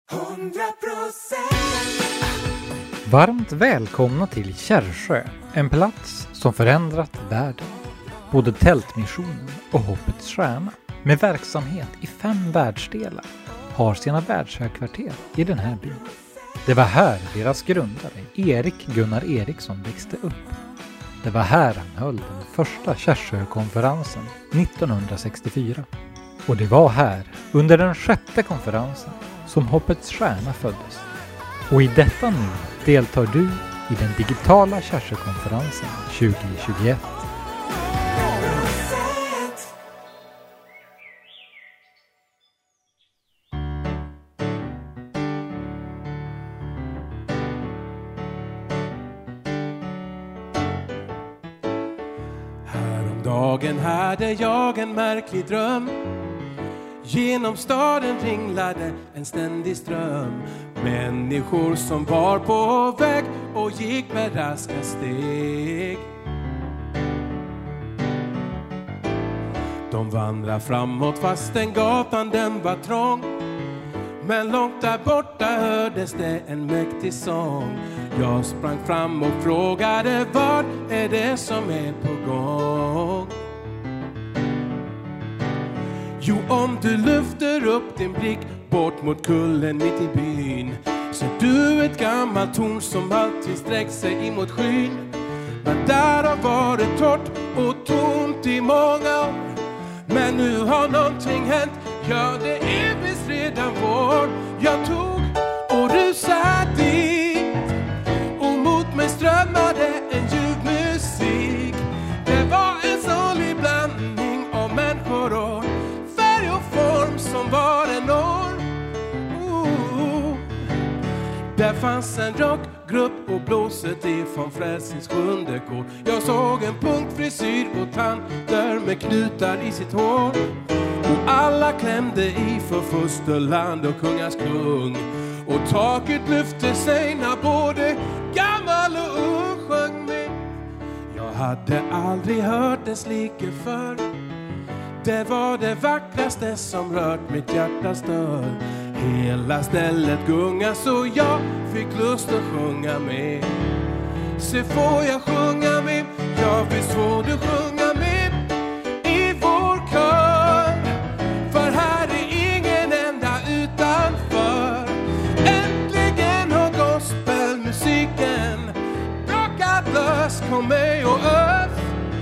Varmt välkomna till Kärrsjö, en plats som förändrat världen. Både Tältmissionen och Hoppets Stjärna, med verksamhet i 5 världsdelar, har sina världshögkvarter i den här byn. Det var här deras grundare, Erik Gunnar Eriksson, växte upp. Det var här han höll den första Kärrsjökonferensen 1964. Och det var här, under den 6:e konferensen, som Hoppets Stjärna föddes. Och i detta nu deltar du i den digitala Kärrsjökonferensen 2021. Häromdagen hade jag en märklig dröm. Genom staden ringlade en ständig ström. Människor som var på väg och gick med raska steg. De vandrade framåt fastän gatan den var trång. Men långt där borta hördes det en mäktig sång. Jag sprang fram och frågade, vad är det som är på gång? Jo, om du lyfter upp din blick bort mot kullen mitt i byn, så du ett gammalt torn som alltid sträckt sig emot skyn. Men där har varit torrt och tomt i många år. Men nu har någonting hänt, ja det är visst redan vår. Jag tog och rusade dit, och mot mig strömmade en ljuv musik. Det var en salig blandning av människor och färg och form som var enorm. Där fanns en rockgrupp och blåset ifrån Frälsnings 7:e kår. Jag såg en punktfrisyr och tanter med knutar i sitt hår. Och alla klämde i för fosterland och kungars kung. Och taket lyfte sig när både gammal och ung sjöng med. Jag hade aldrig hört dess like förr. Det var det vackraste som rört mitt hjärtas dörr. Hela stället gunga så jag fick lust att sjunga med. Så får jag sjunga med, ja visst får du sjunga med i vår kör. För här är ingen enda utanför. Äntligen har gospelmusiken brakat lös, kom mig och ös.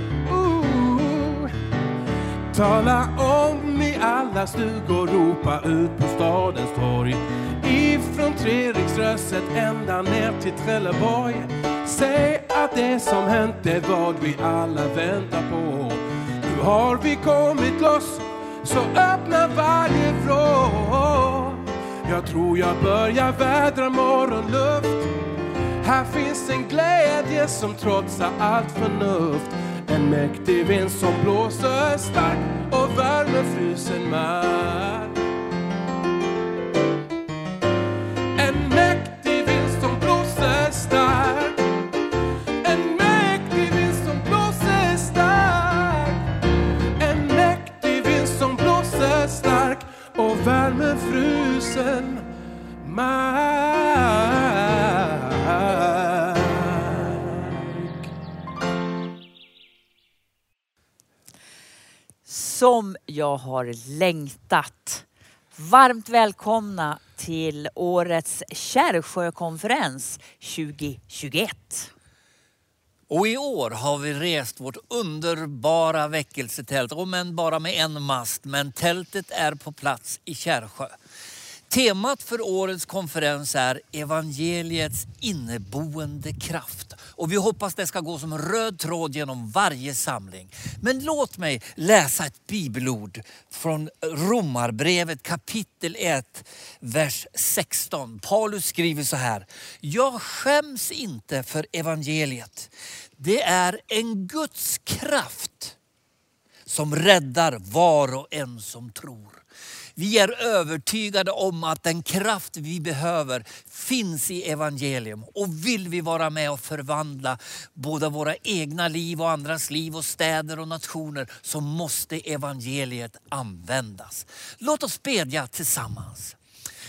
Tala om i alla stugor, ropa ut på stadens torg. Ifrån Treriksröset ända ner till Trelleborg. Säg att det som hänt är vad vi alla väntar på. Nu har vi kommit loss, så öppna varje vrå. Jag tror jag börjar vädra morgonluft. Här finns en glädje som trotsar allt förnuft. En mäktig vind som blåser stark och värmer frusen mark. En mäktig vind som blåser stark. En mäktig vind som blåser stark. En mäktig vind som blåser stark och värmer frusen mark. Som jag har längtat. Varmt välkomna till årets Kärrsjökonferens 2021. Och i år har vi rest vårt underbara väckelsetält, men bara med en mast, men tältet är på plats i Kärrsjö. Temat för årets konferens är evangeliets inneboende kraft. Och vi hoppas det ska gå som en röd tråd genom varje samling. Men låt mig läsa ett bibelord från Romarbrevet kapitel 1, vers 16. Paulus skriver så här: jag skäms inte för evangeliet. Det är en Guds kraft som räddar var och en som tror. Vi är övertygade om att den kraft vi behöver finns i evangelium. Och vill vi vara med och förvandla både våra egna liv och andras liv och städer och nationer, så måste evangeliet användas. Låt oss bedja tillsammans.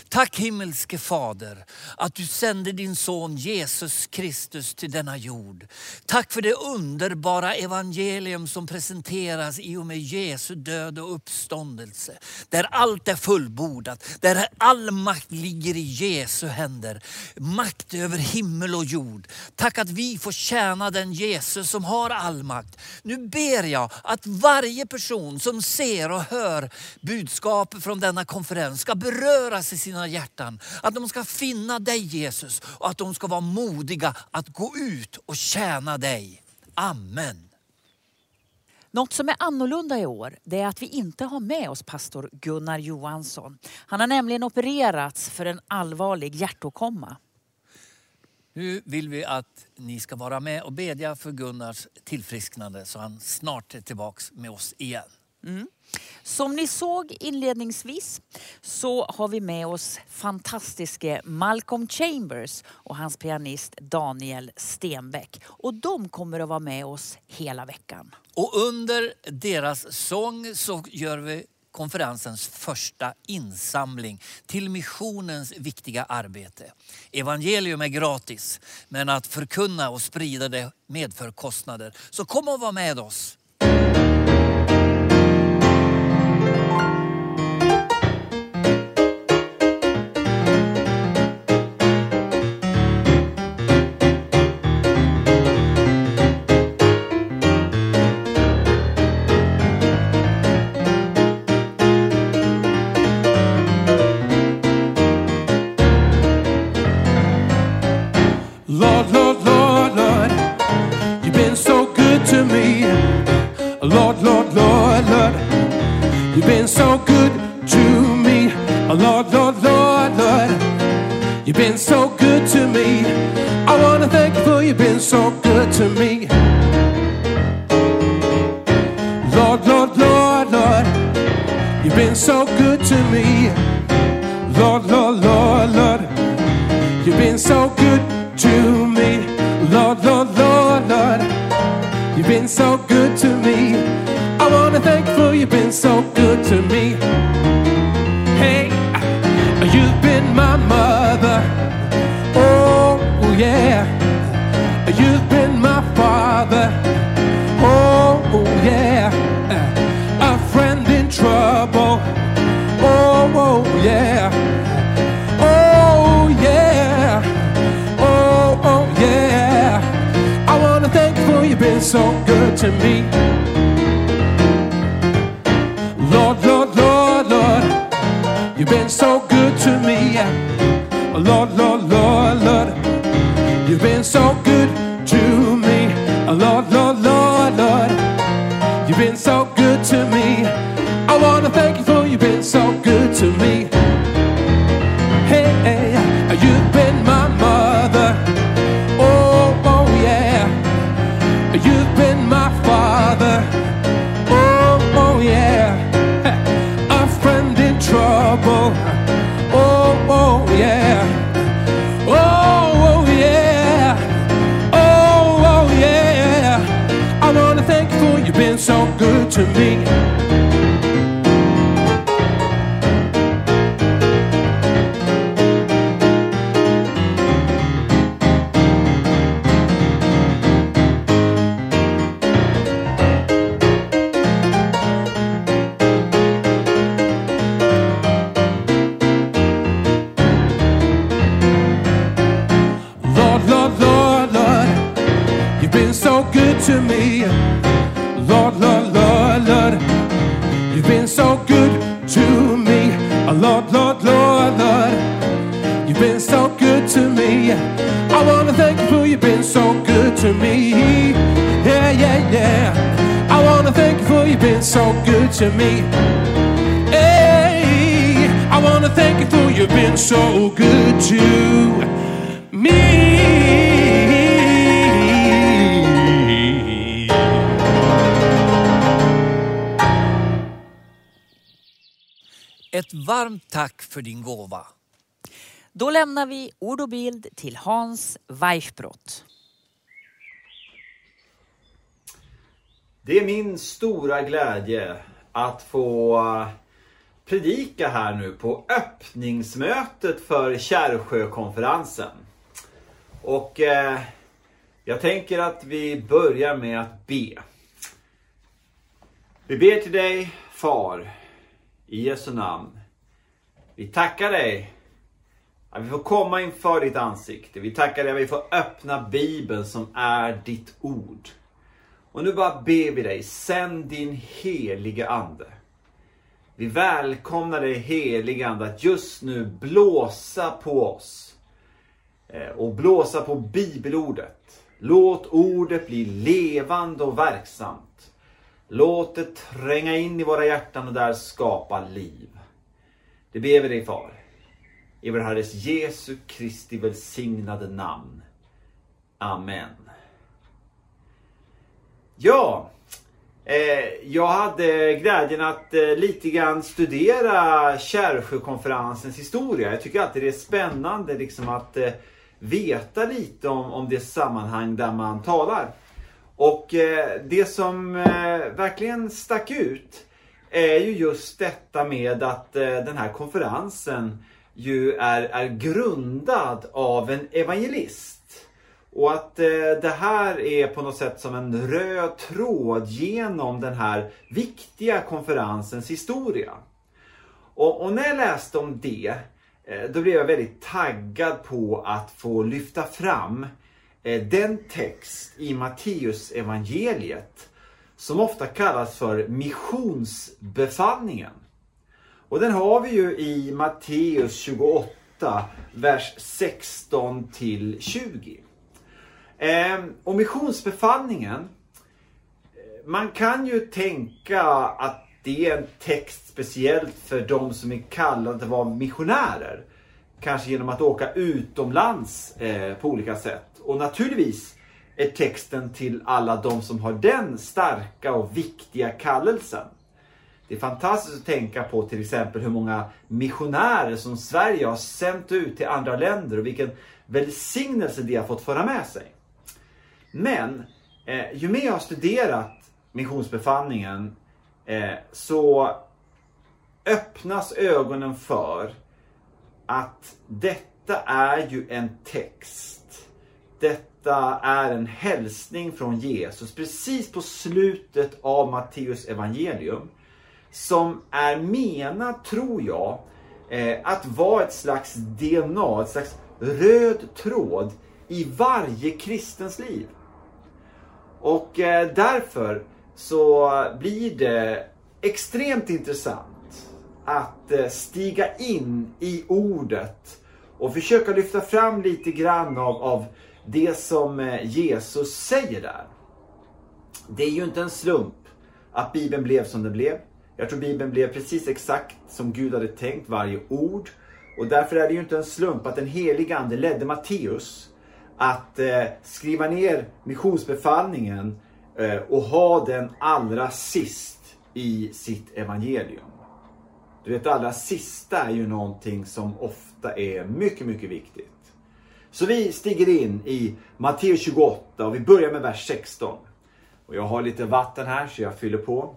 Tack himmelske Fader att du sände din son Jesus Kristus till denna jord. Tack för det underbara evangelium som presenteras i och med Jesu död och uppståndelse. Där allt är fullbordat, där all makt ligger i Jesu händer. Makt över himmel och jord. Tack att vi får tjäna den Jesus som har all makt. Nu ber jag att varje person som ser och hör budskapet från denna konferens ska beröras i sina hjärtan. Att de ska finna dig Jesus och att de ska vara modiga att gå ut och tjäna dig. Amen. Något som är annorlunda i år, det är att vi inte har med oss pastor Gunnar Johansson. Han har nämligen opererats för en allvarlig hjärtåkomma. Nu vill vi att ni ska vara med och bedja för Gunnars tillfrisknande så han snart är tillbaka med oss igen. Som ni såg inledningsvis så har vi med oss fantastiske Malcolm Chambers och hans pianist Daniel Stenbeck. Och de kommer att vara med oss hela veckan. Och under deras sång så gör vi konferensens första insamling till missionens viktiga arbete. Evangelium är gratis, men att förkunna och sprida det medför kostnader. Så kom och var med oss. Lord, Lord, Lord, Lord, you've been so good to me. Lord, Lord, Lord, Lord, you've been so good to me. Lord, Lord, Lord, Lord, you've been so good to me. I want to thank you for you've been so good to me. Lord, Lord, Lord, Lord, you've been so good to me. Lord, Lord, Lord, Lord, you've been so good to me. Lord, Lord, Lord, Lord, you've been so good to me. I want to thank you for you've been so good to me. Hey, you've been my mother. Oh, yeah. You've been my father. Oh, yeah. A friend in trouble. Oh, yeah. Oh, yeah. Oh, yeah. I want to thank you for you've been so good to me. Lord, Lord, Lord, Lord, you've been so good to me. Lord, Lord, Lord, Lord, you've been so good to me. Lord, Lord, Lord, Lord, you've been so good to me. I want to thank you for you've been so good to me. Hey, you've been my mother. Oh, yeah. You've been my father. Oh, yeah. A friend in trouble. Oh, yeah. Oh, yeah. Oh, yeah. I want to thank you for you've been so good to me. To me, Lord, Lord, Lord, Lord, you've been so good to me. Lord, Lord, Lord, Lord, you've been so good to me. I want to thank you for you've been so good to me. Yeah, yeah, yeah. I want to thank you for you've been so good to me. Hey, I want to thank you for you've been so good to me. Ett varmt tack för din gåva. Då lämnar vi ord och bild till Hans Weichbrott. Det är min stora glädje att få predika här nu på öppningsmötet för Kärrsjökonferensen. Och jag tänker att vi börjar med att be. Vi ber till dig, Far, i Jesu namn. Vi tackar dig att vi får komma inför ditt ansikte. Vi tackar dig att vi får öppna Bibeln som är ditt ord. Och nu bara ber vi dig, sänd din heliga ande. Vi välkomnar dig, heliga ande, att just nu blåsa på oss. Och blåsa på bibelordet. Låt ordet bli levande och verksamt. Låt det tränga in i våra hjärtan och där skapa liv. Det ber vi dig, Far. I vår Herres Jesu Kristi välsignade namn. Amen. Ja, jag hade glädjen att lite grann studera Kärrsjökonferensens historia. Jag tycker alltid det är spännande liksom att veta lite om det sammanhang där man talar. Och det som verkligen stack ut är ju just detta med att den här konferensen ju är grundad av en evangelist. Och att det här är på något sätt som en röd tråd genom den här viktiga konferensens historia. Och när jag läste om det, då blev jag väldigt taggad på att få lyfta fram den text i Matteus evangeliet som ofta kallas för missionsbefallningen. Och den har vi ju i Matteus 28, vers 16-20. Och missionsbefallningen, man kan ju tänka att det är en text speciellt för de som är kallade att vara missionärer. Kanske genom att åka utomlands på olika sätt. Och naturligtvis är texten till alla de som har den starka och viktiga kallelsen. Det är fantastiskt att tänka på till exempel hur många missionärer som Sverige har sänt ut till andra länder och vilken välsignelse de har fått föra med sig. Men ju mer jag har studerat missionsbefallningen så öppnas ögonen för att detta är ju en text. Detta är en hälsning från Jesus precis på slutet av Matteus evangelium. Som är menad, tror jag, att vara ett slags DNA, ett slags röd tråd i varje kristens liv. Och därför så blir det extremt intressant att stiga in i ordet och försöka lyfta fram lite grann av det som Jesus säger där. Det är ju inte en slump att Bibeln blev som den blev. Jag tror Bibeln blev precis exakt som Gud hade tänkt, varje ord. Och därför är det ju inte en slump att den heliga ande ledde Matteus att skriva ner missionsbefallningen och ha den allra sist i sitt evangelium. Du vet, allra sista är ju någonting som ofta är mycket, mycket viktigt. Så vi stiger in i Matteus 28 och vi börjar med vers 16. Och jag har lite vatten här så jag fyller på.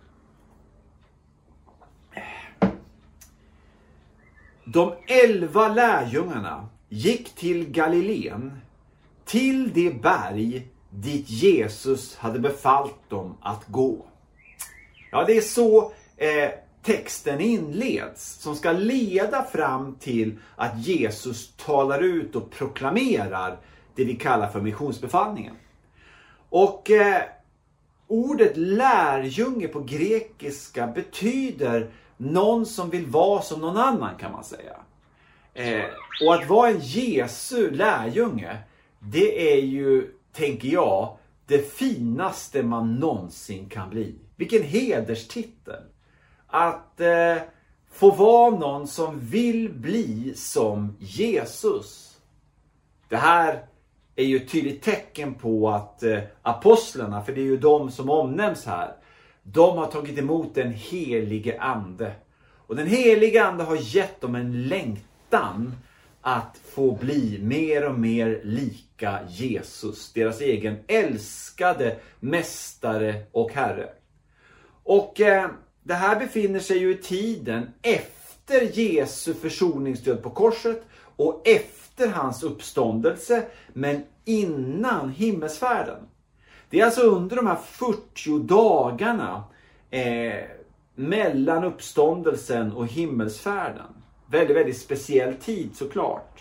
De 11 lärjungarna gick till Galileen, till det berg dit Jesus hade befallt dem att gå. Ja, det är så texten inleds, som ska leda fram till att Jesus talar ut och proklamerar det vi kallar för missionsbefallningen. Och ordet lärjunge på grekiska betyder någon som vill vara som någon annan, kan man säga. Och att vara en Jesu lärjunge, det är ju, tänker jag, det finaste man någonsin kan bli. Vilken hederstitel. Att få vara någon som vill bli som Jesus. Det här är ju ett tydligt tecken på att apostlarna, för det är ju de som omnämns här, de har tagit emot den helige ande. Och den helige ande har gett dem en längtan att få bli mer och mer lika Jesus. Deras egen älskade mästare och herre. Och det här befinner sig ju i tiden efter Jesu försoningsdöd på korset och efter hans uppståndelse, men innan himmelsfärden. Det är alltså under de här 40 dagarna mellan uppståndelsen och himmelsfärden. Väldigt, väldigt speciell tid såklart.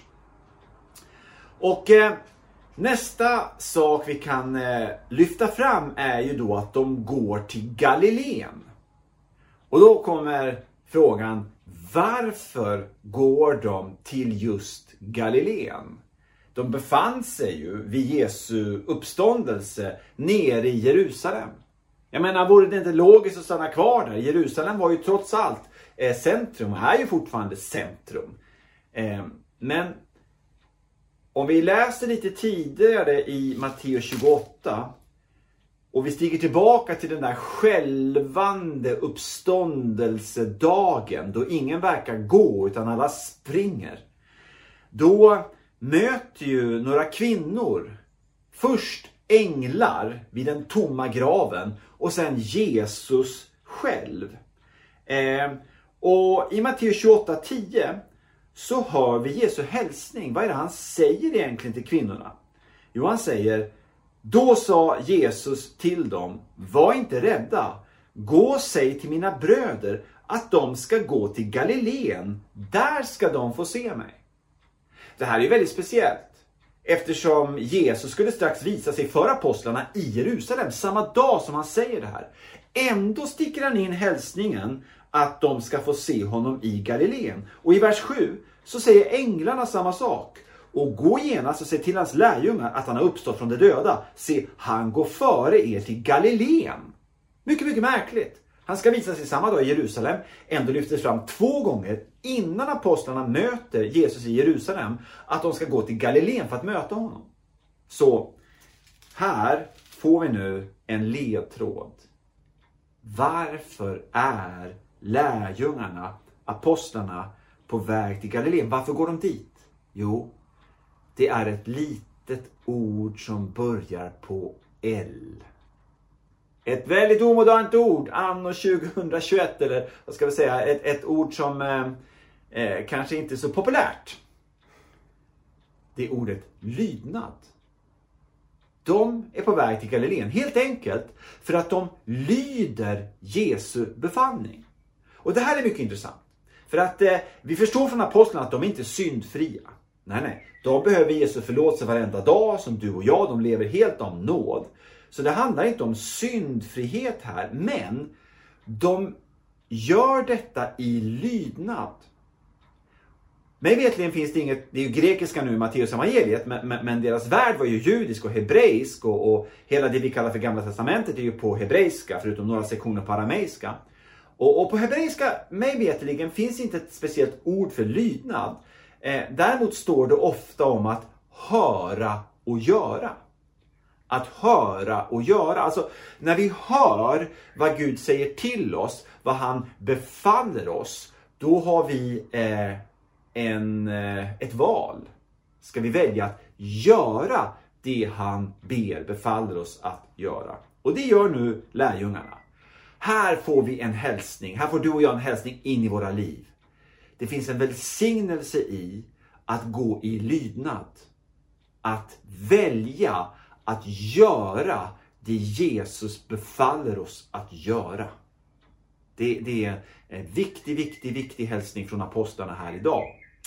Och nästa sak vi kan lyfta fram är ju då att de går till Galileen. Och då kommer frågan, varför går de till just Galileen? De befann sig ju vid Jesu uppståndelse nere i Jerusalem. Jag menar, vore det inte logiskt att stanna kvar där? Jerusalem var ju trots allt centrum och är ju fortfarande centrum. Men om vi läser lite tidigare i Matteus 28 och vi stiger tillbaka till den där skälvande uppståndelsedagen då ingen verkar gå utan alla springer. Då möter ju några kvinnor först änglar vid den tomma graven och sen Jesus själv. Och i Matteus 28:10 så hör vi Jesu hälsning. Vad är det han säger egentligen till kvinnorna? Jo, han säger: då sa Jesus till dem, var inte rädda. Gå och säg till mina bröder att de ska gå till Galileen. Där ska de få se mig. Det här är väldigt speciellt. Eftersom Jesus skulle strax visa sig för apostlarna i Jerusalem samma dag som han säger det här. Ändå sticker han in hälsningen att de ska få se honom i Galileen. Och i vers 7 så säger änglarna samma sak. Och gå genast och se till hans lärjungar att han har uppstått från de döda. Se, han går före er till Galileen. Mycket, mycket märkligt. Han ska visa sig samma dag i Jerusalem. Ändå lyftes fram 2 gånger innan apostlarna möter Jesus i Jerusalem att de ska gå till Galileen för att möta honom. Så här får vi nu en ledtråd. Varför är lärjungarna, apostlarna, på väg till Galileen? Varför går de dit? Jo, det är ett litet ord som börjar på L. Ett väldigt omodernt ord, anno 2021, eller vad ska vi säga, ett ord som kanske inte är så populärt. Det är ordet lydnad. De är på väg till Galileen, helt enkelt för att de lyder Jesu befallning. Och det här är mycket intressant. För att vi förstår från apostlarna att de inte är syndfria. Nej. De behöver Jesu förlåtelse varenda dag som du och jag. De lever helt om nåd. Så det handlar inte om syndfrihet här. Men de gör detta i lydnad. Mig vetligen finns det inget, det är ju grekiska nu i Matteus evangeliet, men deras värld var ju judisk och hebreisk och hela det vi kallar för Gamla testamentet är ju på hebreiska, förutom några sektioner på arameiska. Och på hebreiska, mig vetligen, finns inte ett speciellt ord för lydnad. Däremot står det ofta om att höra och göra. Att höra och göra. Alltså när vi hör vad Gud säger till oss, vad han befaller oss, då har vi ett val. Ska vi välja att göra det han befaller oss att göra. Och det gör nu lärjungarna. Här får vi en hälsning. Här får du och jag en hälsning in i våra liv. Det finns en välsignelse i att gå i lydnad. Att välja att göra det Jesus befaller oss att göra. Det är en viktig hälsning från apostlarna här idag.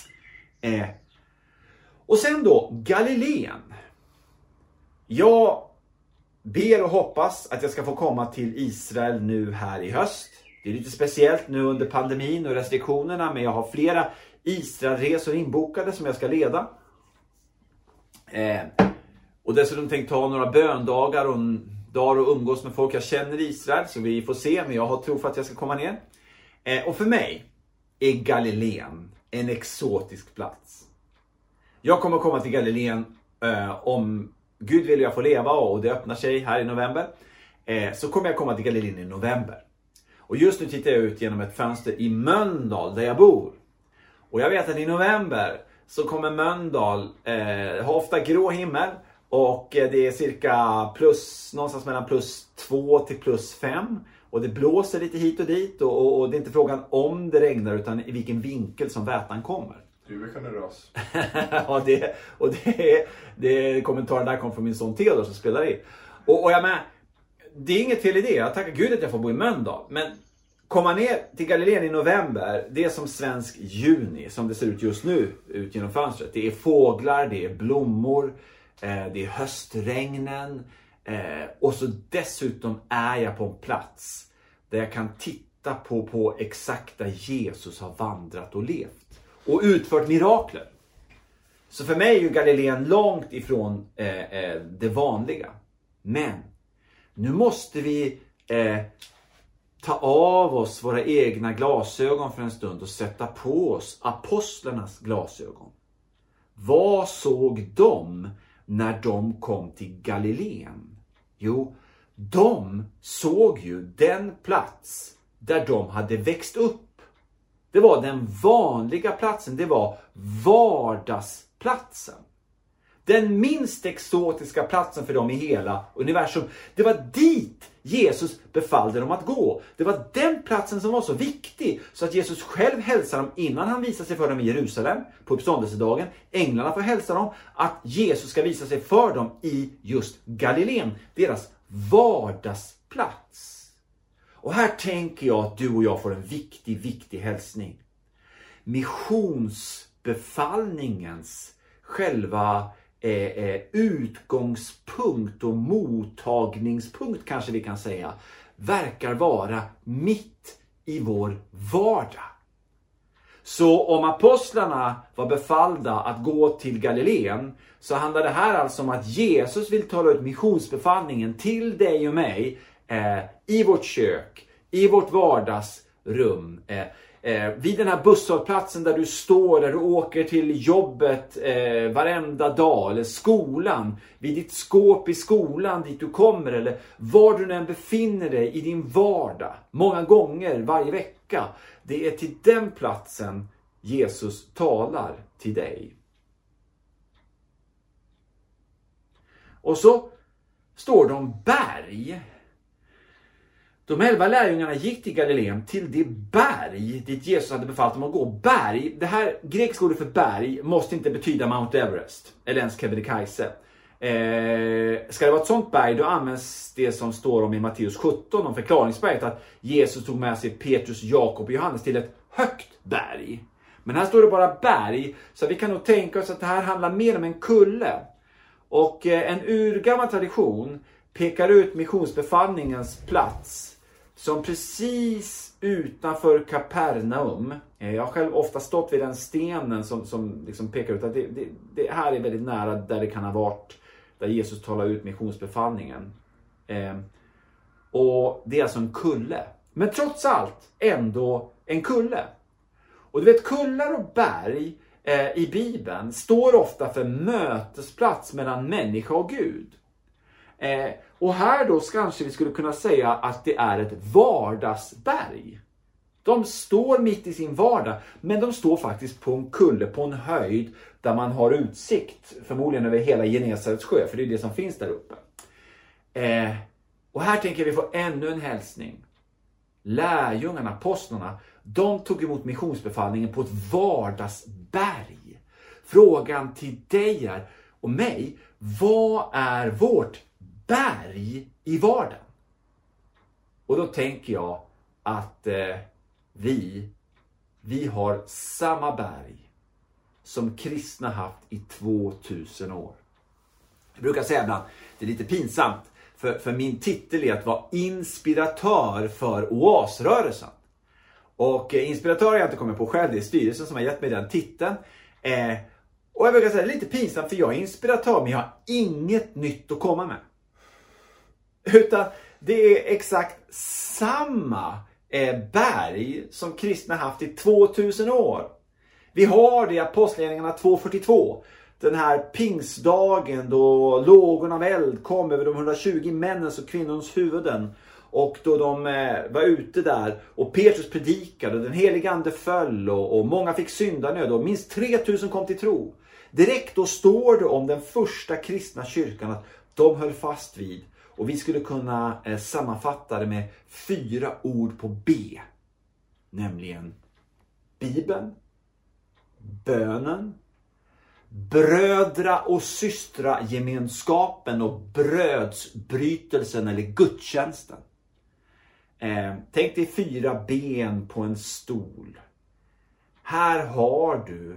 Och sen då, Galileen. Jag ber och hoppas att jag ska få komma till Israel nu här i höst. Det är lite speciellt nu under pandemin och restriktionerna, men jag har flera Israelresor inbokade som jag ska leda. Och dessutom tänkt ta några böndagar och dagar och umgås med folk jag känner i Israel. Så vi får se, men jag har tro för att jag ska komma ner. Och för mig är Galileen en exotisk plats. Jag kommer komma till Galileen om Gud vill jag få leva och det öppnar sig här i november. Så kommer jag komma till Galileen i november. Och just nu tittar jag ut genom ett fönster i Mölndal där jag bor. Och jag vet att i november så kommer Mölndal ha ofta grå himmel. Och det är cirka någonstans mellan +2 till +5. Och det blåser lite hit och dit. Och det är inte frågan om det regnar utan i vilken vinkel som vätan kommer. Du är generös. Ja, det kommentaren där kom från min son Theodor som spelar in. Och jag menar, det är inget fel i det. Jag tackar Gud att jag får bo i Mölndal. Men komma ner till Galileen i november, det är som svensk juni som det ser ut just nu ut genom fönstret. Det är fåglar, det är blommor, det är höstregnen. Och så dessutom är jag på en plats där jag kan titta på exakt där Jesus har vandrat och levt. Och utfört mirakler. Så för mig är ju Galileen långt ifrån det vanliga. Men nu måste vi ta av oss våra egna glasögon för en stund och sätta på oss apostlarnas glasögon. Vad såg de när de kom till Galileen? Jo, de såg ju den plats där de hade växt upp. Det var den vanliga platsen, det var vardagsplatsen. Den minst exotiska platsen för dem i hela universum. Det var dit Jesus befallde dem att gå. Det var den platsen som var så viktig så att Jesus själv hälsar dem innan han visar sig för dem i Jerusalem på uppståndelsedagen. Änglarna får hälsa dem att Jesus ska visa sig för dem i just Galileen. Deras vardagsplats. Och här tänker jag att du och jag får en viktig hälsning. Missionsbefallningens själva utgångspunkt och mottagningspunkt kanske vi kan säga verkar vara mitt i vår vardag. Så om apostlarna var befallda att gå till Galileen så handlar det här alltså om att Jesus vill tala ut missionsbefallningen till dig och mig i vårt kök, i vårt vardagsrum, vid den här busshållplatsen där du står, där du åker till jobbet varenda dag, eller skolan, vid ditt skåp i skolan dit du kommer, eller var du än befinner dig i din vardag, många gånger varje vecka. Det är till den platsen Jesus talar till dig. Och så står det om berg. De 11 lärjungarna gick till Galileen, till det berg dit Jesus hade befallt dem att gå. Berg, det här grekiska ordet för berg måste inte betyda Mount Everest eller ens Kebnekaise. Ska det vara ett sånt berg, då används det som står om i Matteus 17 om förklaringsberget, att Jesus tog med sig Petrus, Jakob och Johannes till ett högt berg. Men här står det bara berg, så vi kan nog tänka oss att det här handlar mer om en kulle. Och en urgammal tradition pekar ut missionsbefallningens plats som precis utanför Kapernaum. Jag har själv ofta stått vid den stenen som liksom pekar ut att det här är väldigt nära där det kan ha varit, där Jesus talar ut missionsbefallningen. Och det är alltså en kulle. Men trots allt ändå en kulle. Och du vet, kullar och berg i Bibeln står ofta för mötesplats mellan människa och Gud. Och här då kanske vi skulle kunna säga att det är ett vardagsberg. De står mitt i sin vardag, men de står faktiskt på en kulle, på en höjd där man har utsikt förmodligen över hela Genesarets sjö, för det är det som finns där uppe. Och här tänker vi få ännu en hälsning. Lärjungarna, apostlarna, de tog emot missionsbefallningen på ett vardagsberg. Frågan till dig och mig, vad är vårt berg i vardagen? Och då tänker jag att vi har samma berg som kristna haft i 2000 år. Jag brukar säga ibland, det är lite pinsamt, för min titel är att vara inspiratör för oasrörelsen. Och inspiratör har jag inte kommit på själv, det är styrelsen som har gett mig den titeln. Och jag brukar säga, det är lite pinsamt för jag är inspiratör, men jag har inget nytt att komma med. Utan det är exakt samma berg som kristna haft i 2000 år. Vi har det i Apostlagärningarna 2:42. Den här pingsdagen då lågorna av eld kom över de 120 männens och kvinnors huvuden. Och då de var ute där och Petrus predikade och den heliga ande föll och många fick syndanöd och minst 3000 kom till tro. Direkt då står det om den första kristna kyrkan att de höll fast vid Och vi skulle kunna sammanfatta det med 4 ord på B. Nämligen Bibeln, bönen, brödra och systra gemenskapen och brödsbrytelsen eller gudstjänsten. Tänk dig 4 ben på en stol. Här har du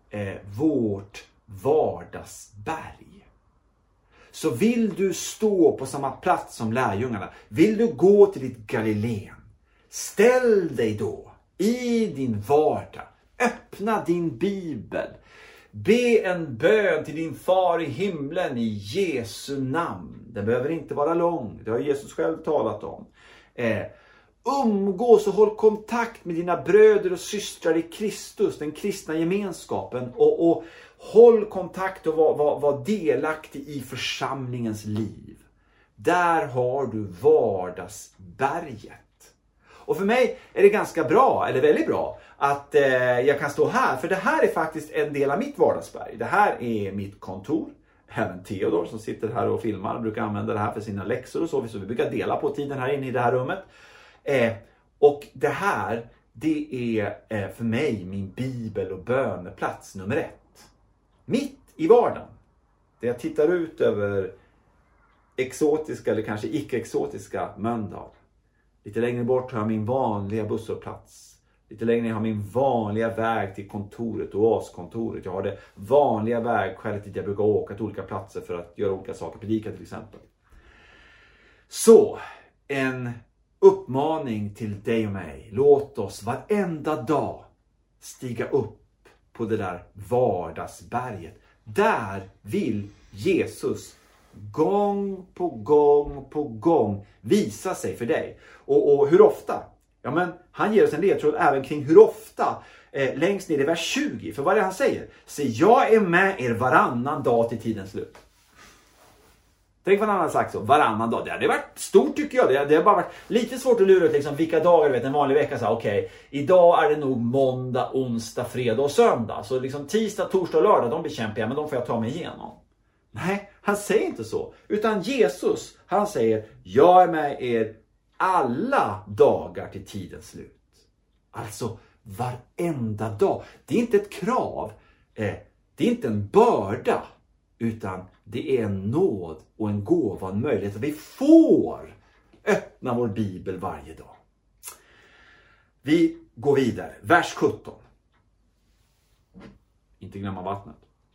vårt vardagsberg. Så vill du stå på samma plats som lärjungarna, vill du gå till ditt Galileen, ställ dig då i din vardag, öppna din bibel, be en bön till din far i himlen i Jesu namn. Den behöver inte vara lång, det har Jesus själv talat om. Umgås och håll kontakt med dina bröder och systrar i Kristus, den kristna gemenskapen. Och håll kontakt och var delaktig i församlingens liv. Där har du vardagsberget. Och för mig är det ganska bra, eller väldigt bra, att jag kan stå här. För det här är faktiskt en del av mitt vardagsberg. Det här är mitt kontor. Även Theodor som sitter här och filmar brukar använda det här för sina läxor och så vi brukar dela på tiden här inne i det här rummet. Och det här, det är för mig min bibel- och böneplats nummer 1. Mitt i vardagen. Där jag tittar ut över exotiska eller kanske icke-exotiska Mölndal. Lite längre bort har jag min vanliga busshållplats. Lite längre ner har min vanliga väg till kontoret, oaskontoret. Jag har det vanliga vägskälet dit jag brukar åka till olika platser för att göra olika saker, predika till exempel. Så, en uppmaning till dig och mig. Låt oss varenda dag stiga upp på det där vardagsberget. Där vill Jesus gång på gång visa sig för dig. Och hur ofta? Ja, men han ger oss en ledtråd även kring hur ofta. Längst ner i vers 20. För vad är det han säger? Så jag är med er varannan dag till tidens slut. Tänk vad han har sagt så. Varannan dag. Det har varit stort tycker jag. Det har bara varit lite svårt att lura ut liksom, vilka dagar. En vanlig vecka så okej. Idag är det nog måndag, onsdag, fredag och söndag. Så liksom tisdag, torsdag och lördag. De bekämpar jag. Men de får jag ta mig igenom. Nej, han säger inte så. Utan Jesus, han säger jag är med er alla dagar till tidens slut. Alltså varenda dag. Det är inte ett krav. Det är inte en börda. Utan det är en nåd och en gåva, en möjlighet att vi får öppna vår bibel varje dag. Vi går vidare. Vers 17. Inte glömma vattnet.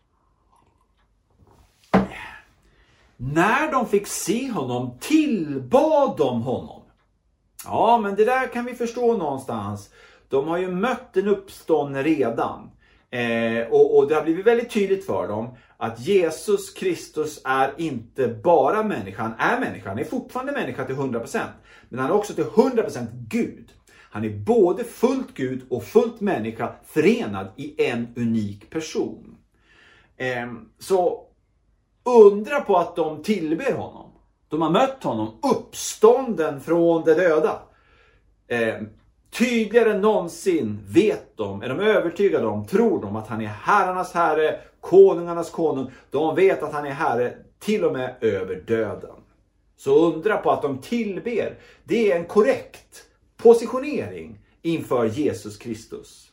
När de fick se honom tillbad de honom. Ja, men det där kan vi förstå någonstans. De har ju mött en uppståndne redan. Och det har blivit väldigt tydligt för dem att Jesus Kristus är inte bara människan. Han är fortfarande människa till 100%. Men han är också till 100% Gud. Han är både fullt Gud och fullt människa förenad i en unik person. Så undra på att de tillber honom. De har mött honom uppstånden från de döda. Tydligare än någonsin vet de, är de övertygade om, tror de att han är herrarnas herre, konungarnas konung. De vet att han är herre till och med över döden. Så undra på att de tillber. Det är en korrekt positionering inför Jesus Kristus.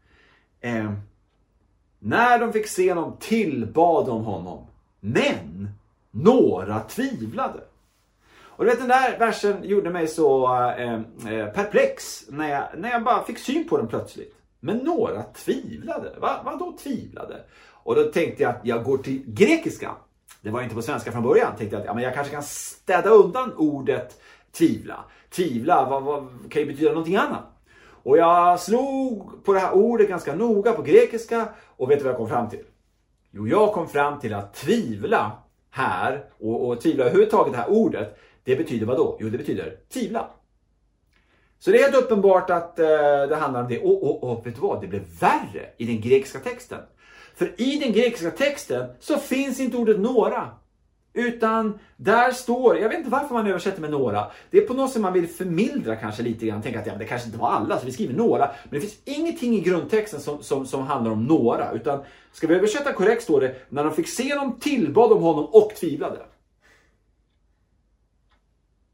När de fick se honom tillbad de honom. Men några tvivlade. Och du vet, den där versen gjorde mig så perplex när jag bara fick syn på den plötsligt. Men några tvivlade. Vad då tvivlade? Och då tänkte jag att jag går till grekiska. Det var inte på svenska från början. Tänkte jag att jag kanske kan städa undan ordet tvivla. Tvivla vad kan ju betyda någonting annat. Och jag slog på det här ordet ganska noga på grekiska. Och vet du vad jag kom fram till? Jo, jag kom fram till att tvivla här och tvivla överhuvudtaget det här ordet. Det betyder vad då? Jo, det betyder tvivla. Så det är helt uppenbart att det handlar om det. Och vet du vad? Det blev värre i den grekiska texten. För i den grekiska texten så finns inte ordet några. Utan där står, jag vet inte varför man översätter med några. Det är på något sätt man vill förmildra kanske lite grann. Tänka att det kanske inte var alla så vi skriver några. Men det finns ingenting i grundtexten som handlar om några. Utan ska vi översätta korrekt står det när de fick se dem tillbad om honom och tvivlade.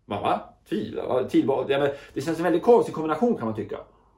Va? Tvivla? Det känns en väldigt konstig kombination kan man tycka.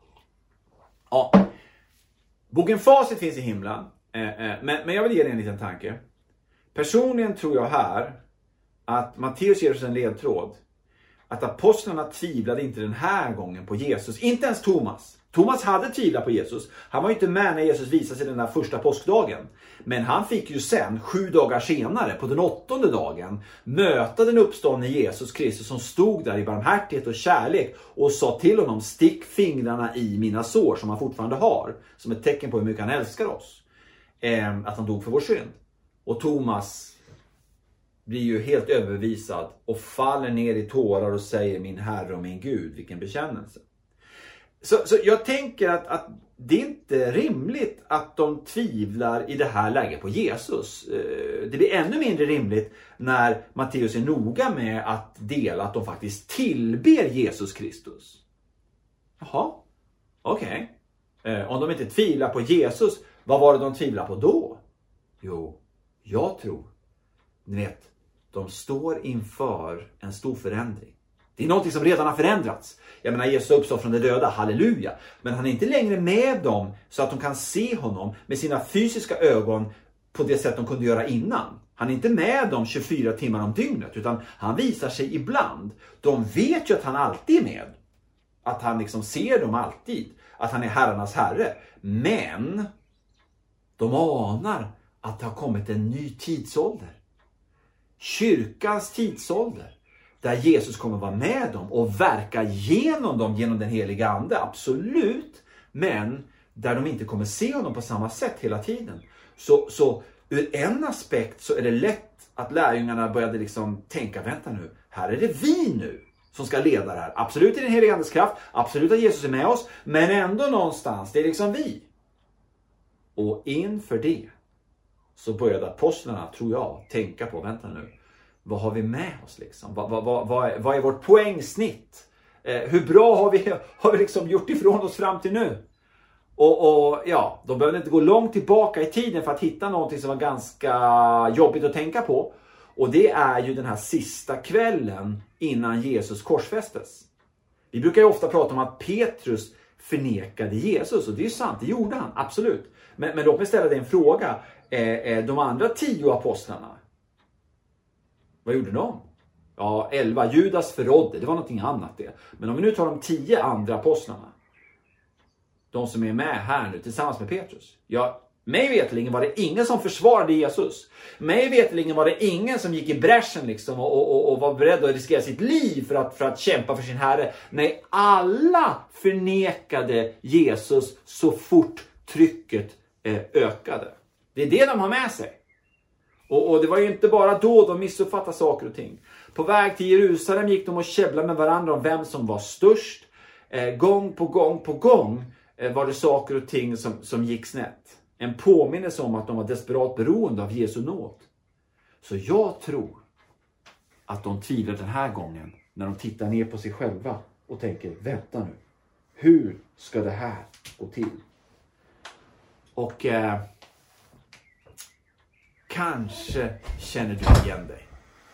Ja. Boken Facit finns i himlen. Men jag vill ge dig en liten tanke. Personligen tror jag här att Matteus ger oss en ledtråd. Att apostlarna tvivlade inte den här gången på Jesus. Inte ens Thomas. Thomas hade tvivlat på Jesus. Han var ju inte med när Jesus visade sig den där första påskdagen. Men han fick ju sen, 7 dagar senare, på den 8:e dagen, möta den uppståndne Jesus Kristus som stod där i barmhärtighet och kärlek och sa till honom, stick fingrarna i mina sår som han fortfarande har. Som ett tecken på hur mycket han älskar oss. Att han dog för vår synd. Och Thomas blir ju helt överbevisad och faller ner i tårar och säger, min Herre och min Gud, vilken bekännelse. Så jag tänker att det är inte rimligt att de tvivlar i det här läget på Jesus. Det blir ännu mindre rimligt när Matteus är noga med att dela att de faktiskt tillber Jesus Kristus. Jaha, okej. Om de inte tvivlar på Jesus, vad var det de tvivlar på då? Jo, jag tror, ni vet, de står inför en stor förändring. Det är något som redan har förändrats. Jag menar, Jesus uppstår från de döda, halleluja. Men han är inte längre med dem så att de kan se honom med sina fysiska ögon på det sätt de kunde göra innan. Han är inte med dem 24 timmar om dygnet, utan han visar sig ibland. De vet ju att han alltid är med. Att han liksom ser dem alltid. Att han är herrarnas herre. Men de anar att det har kommit en ny tidsålder. Kyrkans tidsålder. Där Jesus kommer vara med dem och verka genom dem genom den heliga ande. Absolut. Men där de inte kommer se honom på samma sätt hela tiden. Så ur en aspekt så är det lätt att lärjungarna började liksom tänka, vänta nu, här är det vi nu som ska leda det här. Absolut i den heliga andes kraft. Absolut att Jesus är med oss. Men ändå någonstans, det är liksom vi. Och inför det så började apostlarna, tror jag, tänka på, vänta nu. Vad har vi med oss liksom? Vad är vårt poängsnitt? Hur bra har vi liksom gjort ifrån oss fram till nu? Och ja, de behövde inte gå långt tillbaka i tiden för att hitta någonting som var ganska jobbigt att tänka på. Och det är ju den här sista kvällen innan Jesus korsfästes. Vi brukar ju ofta prata om att Petrus förnekade Jesus. Och det är ju sant, det gjorde han, absolut. Men låt mig ställa dig en fråga. De andra 10 apostlarna, vad gjorde de? Ja, 11. Judas förrådde. Det var någonting annat det. Men om vi nu tar de 10 andra apostlarna. De som är med här nu tillsammans med Petrus. Ja, mig vetligen var det ingen som försvarade Jesus. Mig vetligen var det ingen som gick i bräschen liksom och var beredd att riskera sitt liv för att kämpa för sin herre. Nej, alla förnekade Jesus så fort trycket ökade. Det är det de har med sig. Och det var ju inte bara då de missuppfattade saker och ting. På väg till Jerusalem gick de och käbblade med varandra om vem som var störst. Gång på gång var det saker och ting som gick snett. En påminnelse om att de var desperat beroende av Jesu nåd. Så jag tror att de tvivlar den här gången när de tittar ner på sig själva och tänker, vänta nu. Hur ska det här gå till? Och kanske känner du igen dig.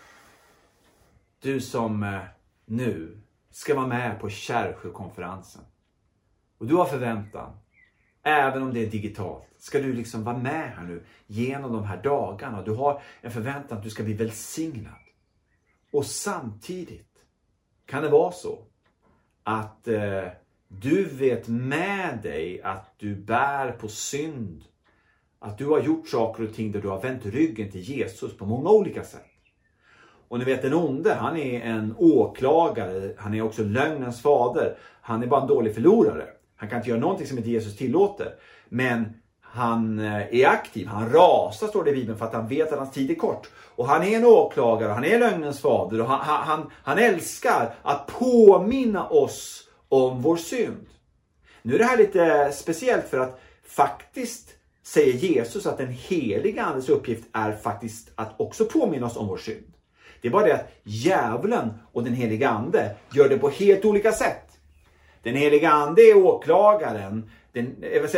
Du som nu ska vara med på Kärrsjökonferensen. Och du har förväntan. Även om det är digitalt. Ska du liksom vara med här nu genom de här dagarna. Du har en förväntan att du ska bli välsignad. Och samtidigt kan det vara så att du vet med dig att du bär på synd. Att du har gjort saker och ting där du har vänt ryggen till Jesus på många olika sätt. Och ni vet, den onde, han är en åklagare. Han är också lögnens fader. Han är bara en dålig förlorare. Han kan inte göra någonting som inte Jesus tillåter. Men han är aktiv. Han rasar, står det i Bibeln, för att han vet att hans tid är kort. Och han är en åklagare. Han är lögnens fader. Och han älskar att påminna oss om vår synd. Nu är det här lite speciellt för att faktiskt säger Jesus att den heliga andes uppgift är faktiskt att också påminna oss om vår synd. Det är bara det att djävulen och den heliga ande gör det på helt olika sätt. Den heliga ande är åklagaren. Den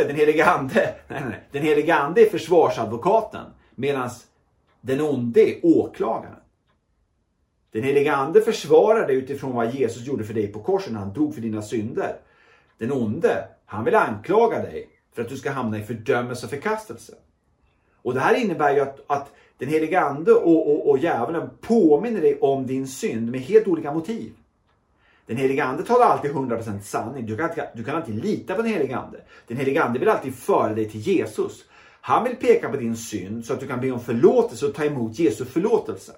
heliga ande är försvarsadvokaten. Medan den onde är åklagaren. Den heliga ande försvarar dig utifrån vad Jesus gjorde för dig på korset när han dog för dina synder. Den onde, han vill anklaga dig för att du ska hamna i fördömelse och förkastelse. Och det här innebär ju att den heliga ande och djävulen påminner dig om din synd med helt olika motiv. Den heliga ande talar alltid 100% sanning. Du kan alltid lita på den heliga ande. Den heliga ande vill alltid föra dig till Jesus. Han vill peka på din synd så att du kan be om förlåtelse och ta emot Jesu förlåtelse.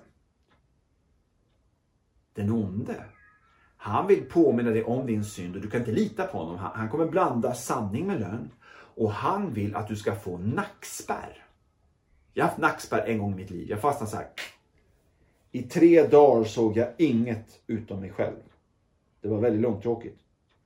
Den onde, han vill påminna dig om din synd och du kan inte lita på honom. Han kommer blanda sanning med lögn. Och han vill att du ska få nackspärr. Jag har haft nackspärr en gång i mitt liv. Jag fastnade så här. I 3 dagar såg jag inget utom mig själv. Det var väldigt långtråkigt.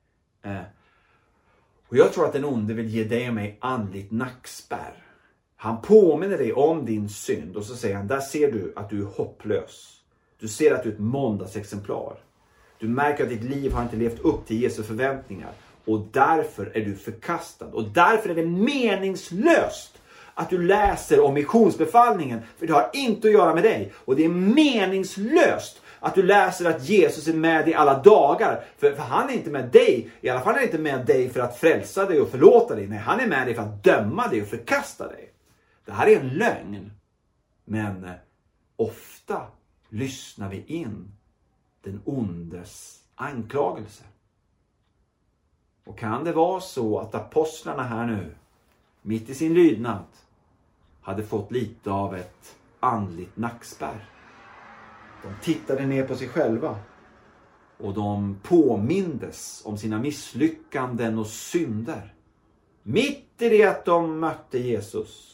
Och jag tror att den onde vill ge dig och mig andligt nackspärr. Han påminner dig om din synd och så säger han, där ser du att du är hopplös. Du ser att du är ett måndagsexemplar. Du märker att ditt liv har inte levt upp till Jesu förväntningar. Och därför är du förkastad. Och därför är det meningslöst att du läser om missionsbefallningen. För det har inte att göra med dig. Och det är meningslöst att du läser att Jesus är med dig alla dagar. För han är inte med dig. I alla fall är han inte med dig för att frälsa dig och förlåta dig. Nej, han är med dig för att döma dig och förkasta dig. Det här är en lögn. Men ofta lyssnar vi in den ondes anklagelse. Och kan det vara så att apostlarna här nu, mitt i sin lydnad, hade fått lite av ett andligt nackspärr? De tittade ner på sig själva och de påmindes om sina misslyckanden och synder. Mitt i det att de mötte Jesus.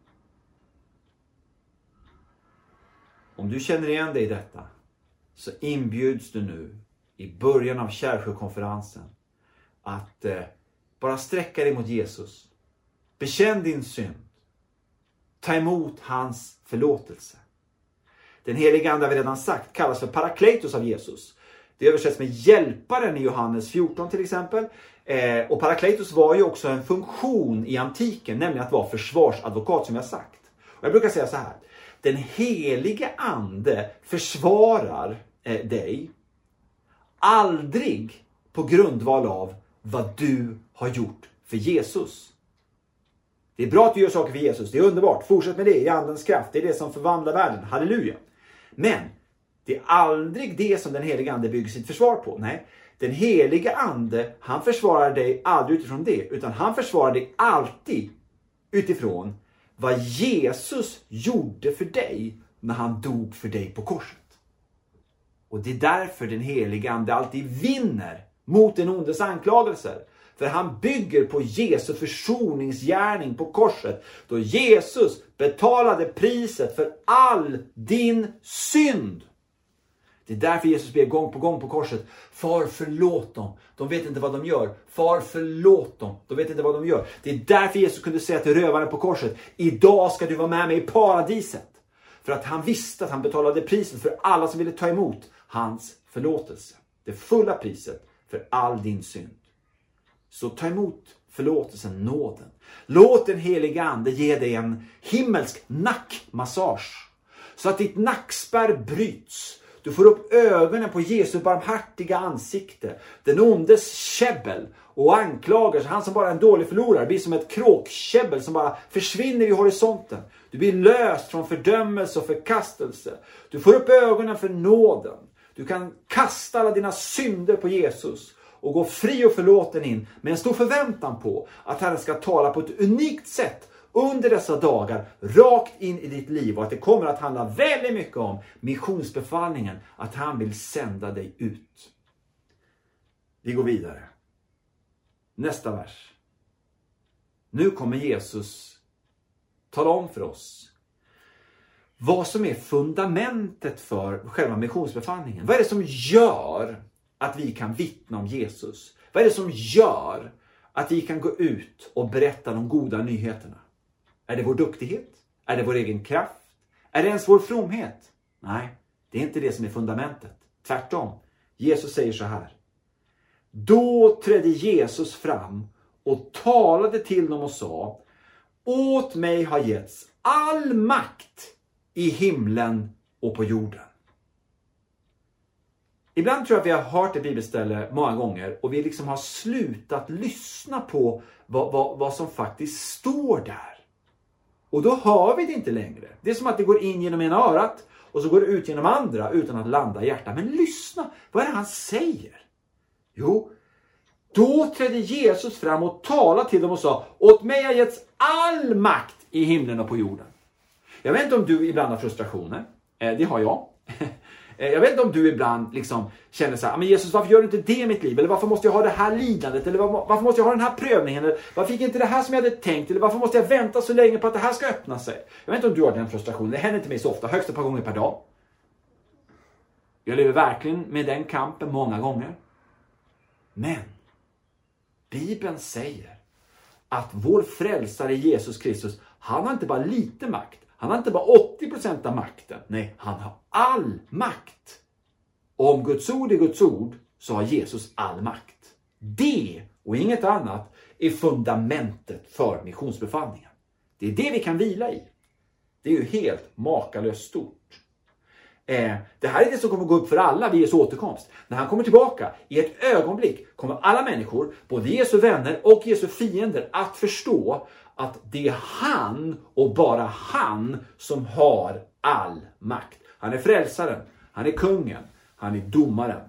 Om du känner igen dig i detta så inbjuds du nu i början av Kärrsjökonferensen att bara sträcka dig mot Jesus. Bekänn din synd. Ta emot hans förlåtelse. Den heliga ande har vi redan sagt kallas för Parakletos av Jesus. Det översätts med hjälparen i Johannes 14 till exempel. Och Parakletos var ju också en funktion i antiken, nämligen att vara försvarsadvokat som jag sagt. Och jag brukar säga så här. Den heliga ande försvarar dig aldrig på grundval av vad du har gjort för Jesus. Det är bra att du gör saker för Jesus. Det är underbart. Fortsätt med det i andens kraft. Det är det som förvandlar världen. Halleluja. Men det är aldrig det som den heliga ande bygger sitt försvar på. Nej, den heliga ande, han försvarar dig aldrig utifrån det. Utan han försvarar dig alltid utifrån vad Jesus gjorde för dig när han dog för dig på korset. Och det är därför den heliga ande alltid vinner mot den ondes anklagelser. För han bygger på Jesu försoningsgärning på korset. Då Jesus betalade priset för all din synd. Det är därför Jesus ber gång på korset. Far, förlåt dem. De vet inte vad de gör. Far, förlåt dem. De vet inte vad de gör. Det är därför Jesus kunde säga till rövaren på korset. Idag ska du vara med mig i paradiset. För att han visste att han betalade priset för alla som ville ta emot hans förlåtelse. Det fulla priset för all din synd. Så ta emot förlåtelsen, nåden. Låt den heliga ande ge dig en himmelsk nackmassage. Så att ditt nackspärr bryts. Du får upp ögonen på Jesu barmhärtiga ansikte. Den ondes käbbel och anklagelser. Han som bara är en dålig förlorare blir som ett kråkkäbbel som bara försvinner i horisonten. Du blir löst från fördömelse och förkastelse. Du får upp ögonen för nåden. Du kan kasta alla dina synder på Jesus och gå fri och förlåten in med en stor förväntan på att Herren ska tala på ett unikt sätt under dessa dagar rakt in i ditt liv, och att det kommer att handla väldigt mycket om missionsbefallningen, att han vill sända dig ut. Vi går vidare. Nästa vers. Nu kommer Jesus tala om för oss vad som är fundamentet för själva missionsbefallningen. Vad är det som gör att vi kan vittna om Jesus? Vad är det som gör att vi kan gå ut och berätta de goda nyheterna? Är det vår duktighet? Är det vår egen kraft? Är det ens vår fromhet? Nej, det är inte det som är fundamentet. Tvärtom. Jesus säger så här. Då trädde Jesus fram och talade till dem och sa: åt mig har getts all makt i himlen och på jorden. Ibland tror jag att vi har hört ett bibelställe många gånger och vi liksom har slutat lyssna på vad som faktiskt står där. Och då hör vi det inte längre. Det är som att det går in genom ena örat och så går det ut genom andra utan att landa i hjärtat. Men lyssna, vad är det han säger? Jo, då trädde Jesus fram och talade till dem och sa: åt mig har getts all makt i himlen och på jorden. Jag vet inte om du ibland har frustrationer. Det har jag. Jag vet inte om du ibland liksom känner så här: men Jesus, varför gör du inte det i mitt liv? Eller varför måste jag ha det här lidandet? Eller varför måste jag ha den här prövningen? Eller varför fick inte det här som jag hade tänkt? Eller varför måste jag vänta så länge på att det här ska öppna sig? Jag vet inte om du har den frustrationen. Det händer inte mig så ofta. Högst ett par gånger per dag. Jag lever verkligen med den kampen många gånger. Men Bibeln säger att vår frälsare Jesus Kristus, han har inte bara lite makt. Han har inte bara 80% av makten. Nej, han har all makt. Och om Guds ord är Guds ord, så har Jesus all makt. Det och inget annat är fundamentet för missionsbefallningen. Det är det vi kan vila i. Det är ju helt makalöst stort. Det här är det som kommer gå upp för alla vid Jesu återkomst. När han kommer tillbaka, i ett ögonblick kommer alla människor, både Jesu vänner och Jesu fiender, att förstå att det är han och bara han som har all makt. Han är frälsaren, han är kungen, han är domaren.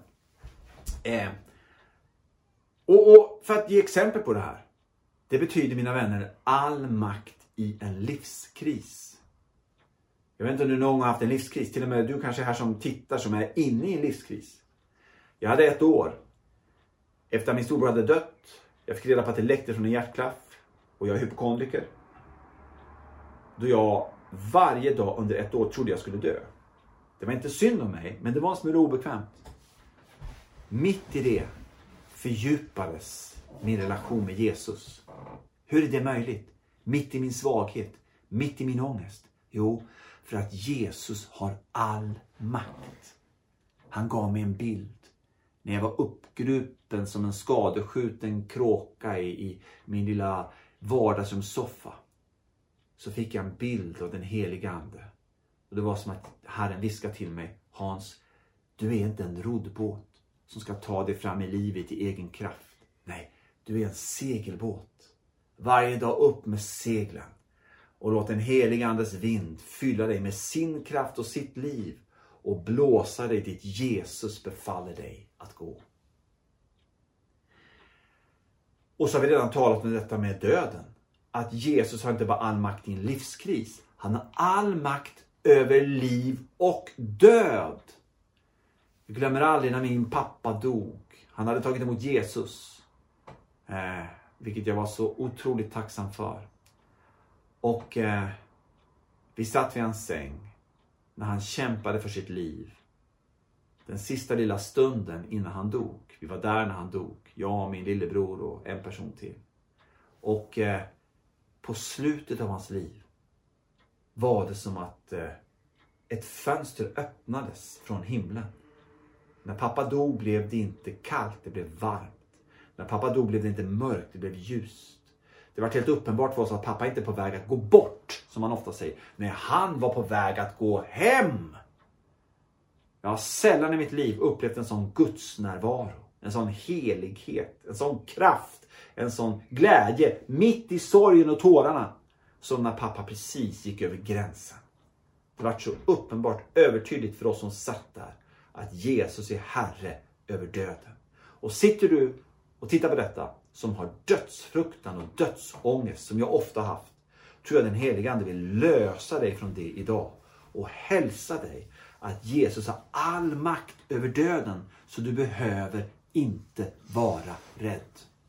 Och för att ge exempel på det här. Det betyder, mina vänner, all makt i en livskris. Jag vet inte om du någon gång har haft en livskris. Till och med du kanske är här som tittar som är inne i en livskris. Jag hade 1 år. Efter att min storbror hade dött. Jag fick reda på att det läckte från en hjärtklaff. Och jag är hypokondriker. Då jag varje dag under 1 år trodde jag skulle dö. Det var inte synd om mig, men det var en smula obekvämt. Mitt i det fördjupades min relation med Jesus. Hur är det möjligt? Mitt i min svaghet. Mitt i min ångest. Jo, för att Jesus har all makt. Han gav mig en bild. När jag var uppgrupen som en skadeskjuten kråka i min lilla vardagsrumssoffa, så fick jag en bild av den heliga ande. Och det var som att Herren viskade till mig: Hans, du är inte en roddbåt som ska ta dig fram i livet i egen kraft. Nej, du är en segelbåt. Varje dag upp med seglen. Och låt den heliga andes vind fylla dig med sin kraft och sitt liv. Och blåsa dig dit Jesus befaller dig att gå. Och så har vi redan talat om detta med döden. Att Jesus har inte bara all makt i en livskris. Han har all makt över liv och död. Jag glömmer aldrig när min pappa dog. Han hade tagit emot Jesus. Vilket jag var så otroligt tacksam för. Och vi satt vid hans säng när han kämpade för sitt liv. Den sista lilla stunden innan han dog. Vi var där när han dog. Jag, min lillebror och en person till. Och på slutet av hans liv var det som att ett fönster öppnades från himlen. När pappa dog blev det inte kallt, det blev varmt. När pappa dog blev det inte mörkt, det blev ljust. Det var helt uppenbart för oss att pappa inte är på väg att gå bort, som man ofta säger. Nej, han var på väg att gå hem. Jag har sällan i mitt liv upplevt en sån Guds närvaro. En sån helighet, en sån kraft, en sån glädje mitt i sorgen och tårarna. Som när pappa precis gick över gränsen. Det var så uppenbart övertydligt för oss som satt där att Jesus är Herre över döden. Och sitter du och tittar på detta som har dödsfruktan och dödsångest som jag ofta haft, tror jag den heliga ande vill lösa dig från det idag och hälsa dig att Jesus har all makt över döden, så du behöver inte vara rädd.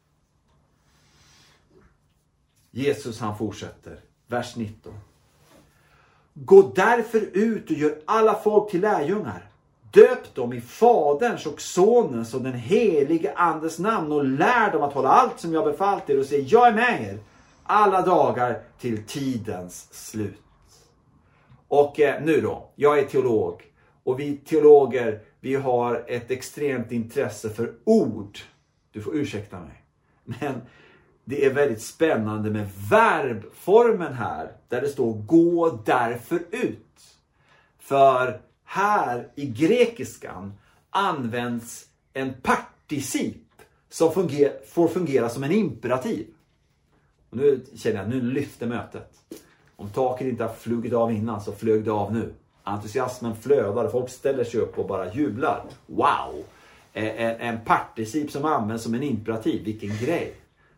Jesus, han fortsätter, vers 19. Gå därför ut och gör alla folk till lärjungar. Döp dem i Faderns och Sonens och den helige Andes namn och lär dem att hålla allt som jag befallt er, och säg: jag är med er alla dagar till tidens slut. Och nu då, jag är teolog, och vi teologer, vi har ett extremt intresse för ord. Du får ursäkta mig. Men det är väldigt spännande med verbformen här, där det står gå därför ut. För här i grekiskan används en particip som får fungera som en imperativ. Och nu känner jag, nu lyfter mötet. Om taket inte har flugit av innan så flög det av nu. Entusiasmen flödar, folk ställer sig upp och bara jublar. Wow! En particip som används som en imperativ, vilken grej.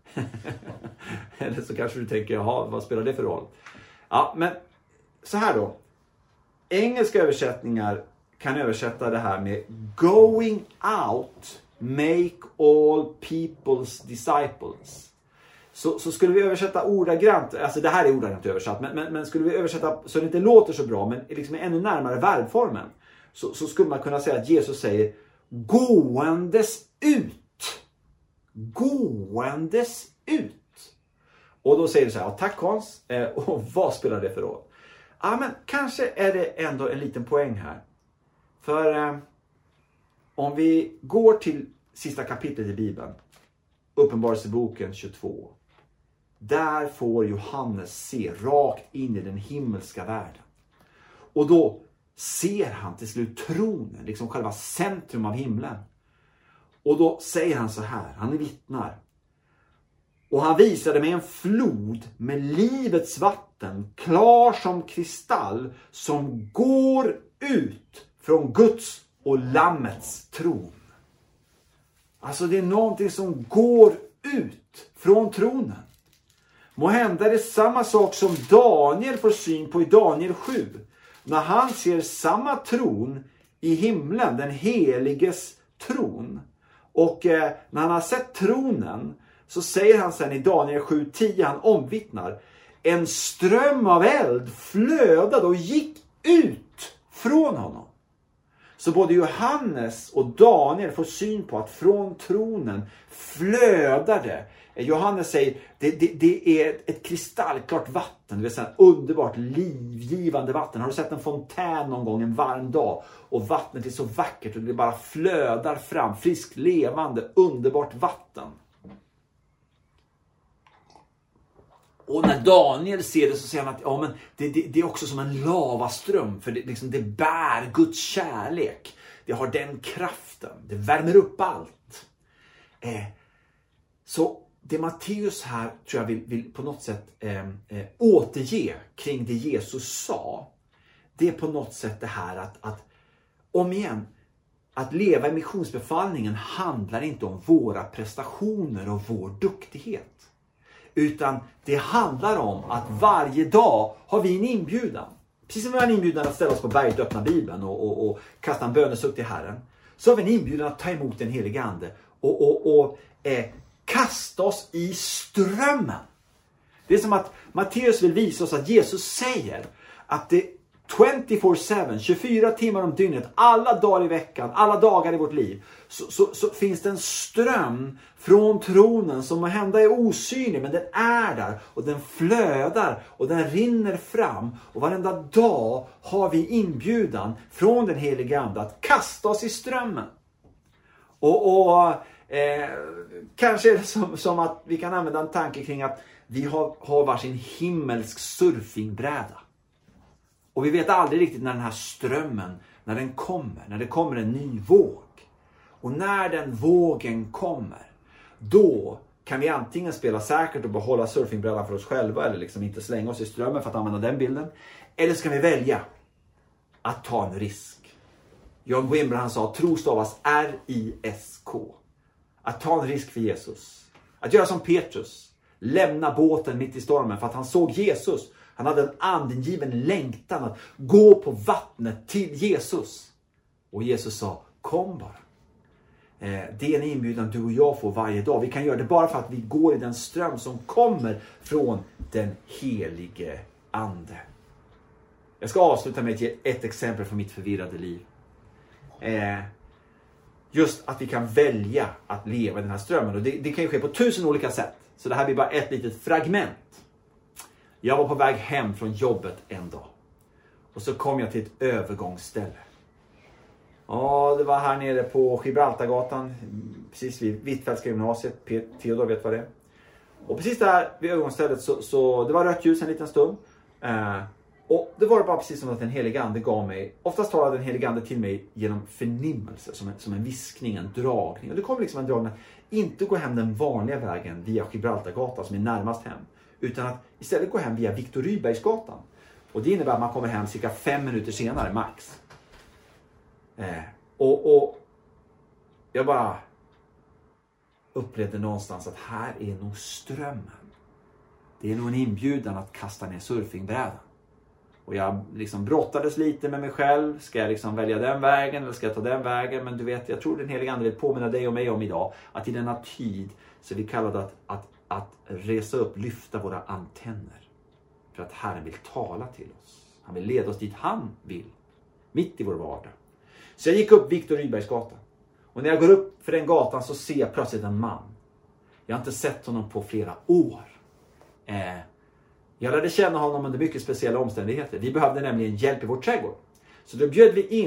Eller så kanske du tänker, jaha, vad spelar det för roll? Ja, men så här då. Engelska översättningar kan översätta det här med going out, make all people's disciples. Så skulle vi översätta ordagrant, alltså det här är ordagrant översatt, men skulle vi översätta så det inte låter så bra, men liksom ännu närmare verbformen, så skulle man kunna säga att Jesus säger gåendes ut. Gåendes ut. Och då säger du så här, ja, tack Hans, och vad spelar det för roll? Ja, men kanske är det ändå en liten poäng här. För om vi går till sista kapitlet i Bibeln, Uppenbarelseboken 22. Där får Johannes se rakt in i den himmelska världen. Och då ser han till slut tronen, liksom själva centrum av himlen. Och då säger han så här, han vittnar. Och han visade mig en flod med livets vatten, klar som kristall, som går ut från Guds och Lammets tron. Alltså det är någonting som går ut från tronen. Måhända är det samma sak som Daniel får syn på i Daniel 7. När han ser samma tron i himlen, den heliges tron. Och när han har sett tronen så säger han sen i Daniel 7:10, han omvittnar. En ström av eld flödade och gick ut från honom. Så både Johannes och Daniel får syn på att från tronen flödar det. Johannes säger det är ett kristallklart vatten. Det är så underbart livgivande vatten. Har du sett en fontän någon gång en varm dag? Och vattnet är så vackert och det bara flödar fram. Friskt, levande, underbart vatten. Och när Daniel ser det så säger han att ja, men det är också som en lavaström. För det bär Guds kärlek. Det har den kraften. Det värmer upp allt. Så det Matteus här tror jag vill på något sätt återge kring det Jesus sa. Det är på något sätt det här att om igen, att leva i missionsbefallningen handlar inte om våra prestationer och vår duktighet. Utan det handlar om att varje dag har vi en inbjudan. Precis som vi har en inbjudan att ställa oss på berget och öppna Bibeln och kasta en bönesuck till Herren. Så har vi en inbjudan att ta emot den helige ande och kasta oss i strömmen. Det är som att Matteus vill visa oss att Jesus säger att det 24/7, 24 timmar om dygnet, alla dagar i veckan, alla dagar i vårt liv, så finns det en ström från tronen som hända är osynlig, men den är där och den flödar och den rinner fram. Och varenda dag har vi inbjudan från den helige ande att kasta oss i strömmen. Kanske är det som att vi kan använda en tanke kring att vi har varsin himmelsk surfingbräda. Och vi vet aldrig riktigt när den här strömmen, när det kommer en ny våg. Och när den vågen kommer, då kan vi antingen spela säkert och behålla surfingbrädan för oss själva, eller liksom inte slänga oss i strömmen för att använda den bilden. Eller ska vi välja att ta en risk. John Wimber, han sa, tro stavas R-I-S-K. Att ta en risk för Jesus. Att göra som Petrus. Lämna båten mitt i stormen för att han såg Jesus. Han hade en andengiven längtan att gå på vattnet till Jesus. Och Jesus sa, kom bara. Det är en inbjudan du och jag får varje dag. Vi kan göra det bara för att vi går i den ström som kommer från den helige ande. Jag ska avsluta med att ge ett exempel från mitt förvirrade liv. Just att vi kan välja att leva i den här strömmen. Och det kan ju ske på 1000 olika sätt. Så det här blir bara ett litet fragment. Jag var på väg hem från jobbet en dag. Och så kom jag till ett övergångsställe. Ja, det var här nere på Gibraltargatan. Precis vid Hvitfeldtska gymnasiet. Theodor vet vad det är. Och precis där vid övergångsstället så det var rött ljus en liten stund. Och det var bara precis som att den heliga ande gav mig. Oftast talade den heliga ande till mig genom förnimmelse. Som en viskning, en dragning. Och det kom liksom en dragning att inte gå hem den vanliga vägen via Gibraltargatan som är närmast hem. Utan att istället gå hem via Viktor Rydbergsgatan. Och det innebär att man kommer hem cirka 5 minuter senare max. Och jag bara upplevde någonstans att här är nog strömmen. Det är nog en inbjudan att kasta ner surfingbrädan. Och jag liksom brottades lite med mig själv. Ska jag liksom välja den vägen eller ska jag ta den vägen? Men du vet, jag tror den heliga ande vill påminna dig och mig om idag. Att i denna tid så är vi kallade att resa upp, lyfta våra antenner. För att Herren vill tala till oss. Han vill leda oss dit han vill. Mitt i vår vardag. Så jag gick upp Viktor Rydbergsgatan. Och när jag går upp för den gatan så ser jag plötsligt en man. Jag har inte sett honom på flera år. Jag lärde känna honom under mycket speciella omständigheter. Vi behövde nämligen hjälp i vår trädgård. Så då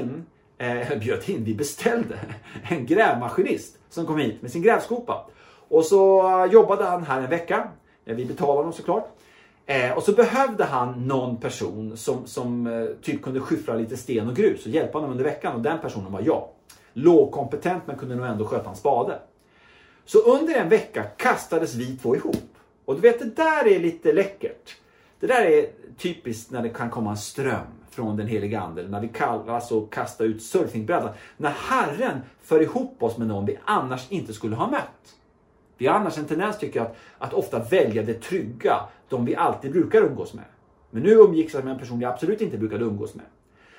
vi beställde en grävmaskinist som kom hit med sin grävskopa. Och så jobbade han här en vecka. Vi betalade honom såklart. Och så behövde han någon person som typ kunde skyffla lite sten och grus och hjälpa honom under veckan. Och den personen var jag. Lågkompetent men kunde nog ändå sköta en spade. Så under en vecka kastades vi två ihop. Och du vet, det där är lite läckert. Det där är typiskt när det kan komma en ström från den heliga ande. När vi kallas och kastar ut surfingbrädan. När Herren för ihop oss med någon vi annars inte skulle ha mött. Vi har annars en tendens tycker jag att ofta välja det trygga. De vi alltid brukar umgås med. Men nu umgicks jag med en person jag absolut inte brukade umgås med.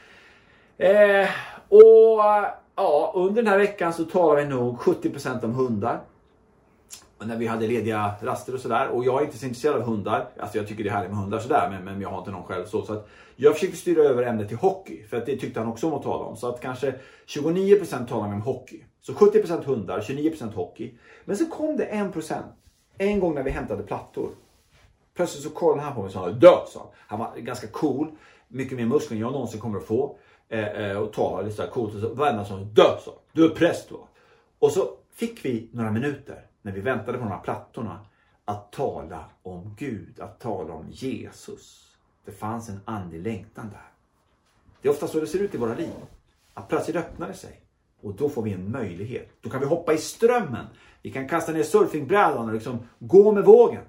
Under den här veckan så talar vi nog 70% om hundar. Och när vi hade lediga raster och sådär. Och jag är inte så intresserad av hundar. Alltså jag tycker det är härligt med hundar sådär. Men jag har inte någon själv så att jag försökte styra över ämnet till hockey. För att det tyckte han också om att tala om. Så att kanske 29% talar om hockey. Så 70% hundar, 29% hockey. Men så kom det 1%. En gång när vi hämtade plattor. Plötsligt så kollade han på mig och sa dö, sa han. Var ganska cool. Mycket mer muskler än jag någonsin kommer att få. Och talade lite sådär coolt. Och så vände han och sa dö, sa han. Du är präst va. Och så fick vi några minuter. När vi väntade på de här plattorna. Att tala om Gud. Att tala om Jesus. Det fanns en andlig längtan där. Det är ofta så det ser ut i våra liv. Att plötsligt öppnar det sig. Och då får vi en möjlighet. Då kan vi hoppa i strömmen. Vi kan kasta ner surfingbrädan och liksom gå med vågen.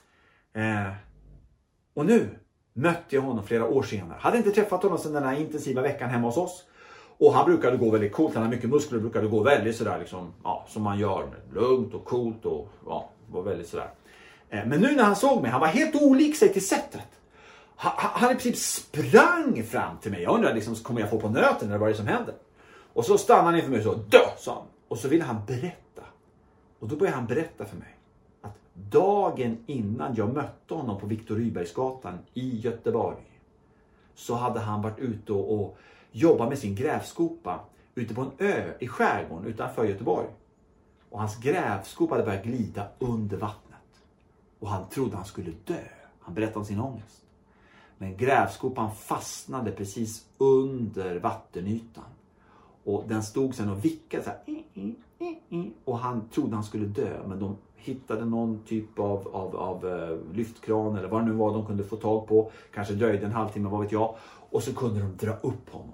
Och nu mötte jag honom flera år senare. Hade inte träffat honom sedan den här intensiva veckan hemma hos oss. Och han brukade gå väldigt coolt. Han har mycket muskler och brukade gå väldigt sådär liksom, ja, som man gör. Lugnt och coolt och ja, var väldigt sådär. Men nu när han såg mig, han var helt olik sig till sättet. Han i princip sprang fram till mig. Jag undrar liksom, kommer jag få på nöten eller vad det som händer? Och så stannade han inför mig och så, dö, sa han. Och så ville han berätta. Och då började han berätta för mig. Att dagen innan jag mötte honom på Viktor Rydbergsgatan i Göteborg. Så hade han varit ute och jobbat med sin grävskopa. Ute på en ö i skärgården utanför Göteborg. Och hans grävskopa hade börjat glida under vattnet. Och han trodde han skulle dö. Han berättade om sin ångest. Men grävskopan fastnade precis under vattenytan. Och den stod sen och vickade så här. Och han trodde han skulle dö. Men de hittade någon typ av lyftkran. Eller vad det nu var de kunde få tag på. Kanske dröjde en halvtimme, vad vet jag. Och så kunde de dra upp honom.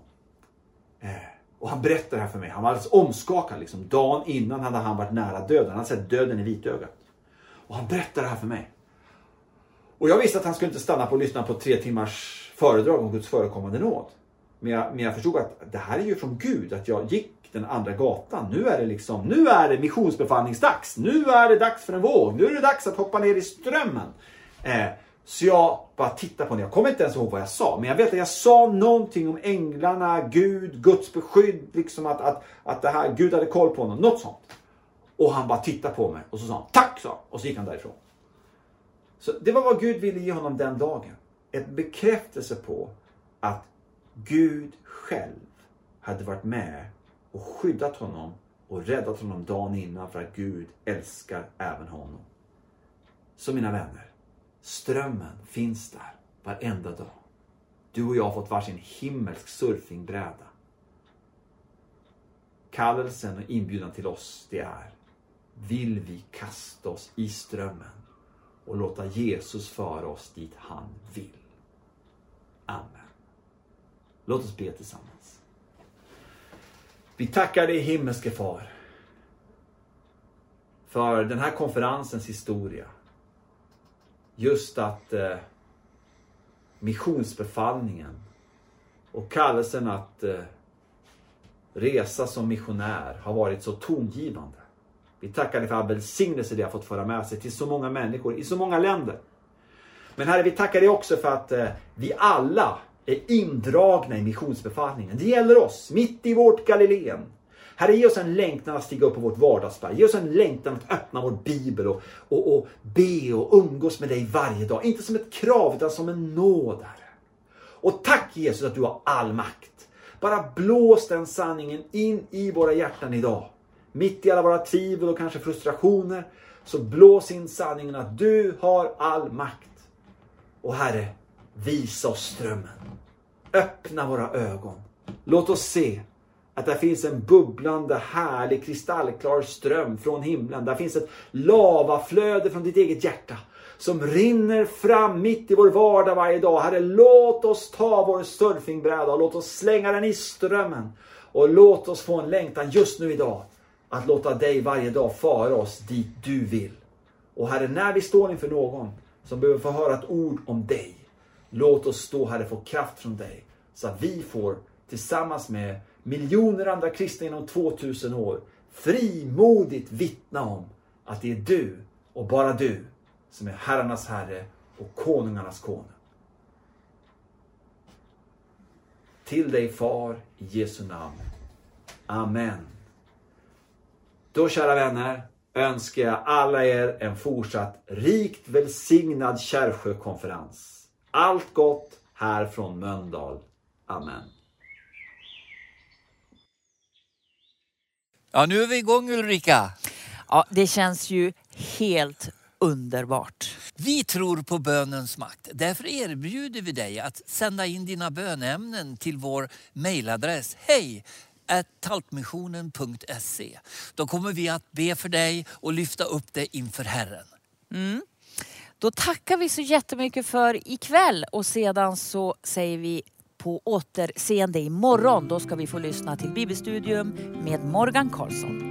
Och han berättade det här för mig. Han var alldeles omskakad. Liksom. Dagen innan hade han varit nära döden. Han hade sett döden i vitögat. Och han berättade det här för mig. Och jag visste att han skulle inte stanna på och lyssna på 3 timmars föredrag om Guds förekommande nåd. Men jag förstod att det här är ju från Gud. Att jag gick den andra gatan. Nu är det missionsbefallningsdags. Nu är det dags för en våg. Nu är det dags att hoppa ner i strömmen. Så jag bara tittade på det. Jag kommer inte ens ihåg vad jag sa. Men jag vet att jag sa någonting om änglarna, Gud, Guds beskydd. Liksom att det här, Gud hade koll på honom. Något sånt. Och han bara tittade på mig. Och så sa han, tack, sa han. Och så gick han därifrån. Så det var vad Gud ville ge honom den dagen. Ett bekräftelse på att Gud själv hade varit med och skyddat honom och räddat honom dagen innan för att Gud älskar även honom. Så mina vänner, strömmen finns där varenda dag. Du och jag har fått varsin himmelsk surfingbräda. Kallelsen och inbjudan till oss det är: vill vi kasta oss i strömmen och låta Jesus föra oss dit han vill? Amen. Låt oss be tillsammans. Vi tackar dig, himmelske far, för den här konferensens historia. Just att missionsbefallningen och kallelsen att resa som missionär har varit så tongivande. Vi tackar dig för all välsignelse det har fått föra med sig till så många människor i så många länder. Men Herre, vi tackar dig också för att vi alla är indragna i missionsbefallningen. Det gäller oss, mitt i vårt Galileen. Herre, ge oss en längtan att stiga upp på vårt vardagsberg. Ge oss en längtan att öppna vår bibel och be och umgås med dig varje dag. Inte som ett krav utan som en nåd, Herre. Och tack Jesus att du har all makt. Bara blås den sanningen in i våra hjärtan idag. Mitt i alla våra tvivel och kanske frustrationer, så blås in sanningen att du har all makt. Och Herre, visa oss strömmen. Öppna våra ögon. Låt oss se att det finns en bubblande, härlig, kristallklar ström från himlen. Där finns ett lavaflöde från ditt eget hjärta som rinner fram mitt i vår vardag varje dag. Herre, låt oss ta vår surfingbräda och låt oss slänga den i strömmen. Och låt oss få en längtan just nu idag att låta dig varje dag föra oss dit du vill. Och Herre, när vi står inför någon som behöver få höra ett ord om dig, låt oss stå, Herre, få kraft från dig. Så att vi får tillsammans med miljoner andra kristna inom 2000 år frimodigt vittna om att det är du och bara du som är herrarnas herre och konungarnas konung. Till dig, far, i Jesu namn. Amen. Då, kära vänner, önskar jag alla er en fortsatt rikt välsignad Kärrsjökonferens. Allt gott här från Mölndal. Amen. Ja, nu är vi igång, Ulrika. Ja, det känns ju helt underbart. Vi tror på bönens makt. Därför erbjuder vi dig att sända in dina bönämnen till vår mejladress hej@taltmissionen.se. Då kommer vi att be för dig och lyfta upp det inför Herren. Då tackar vi så jättemycket för ikväll och sedan så säger vi på återseende imorgon. Då ska vi få lyssna till Bibelstudium med Morgan Karlsson.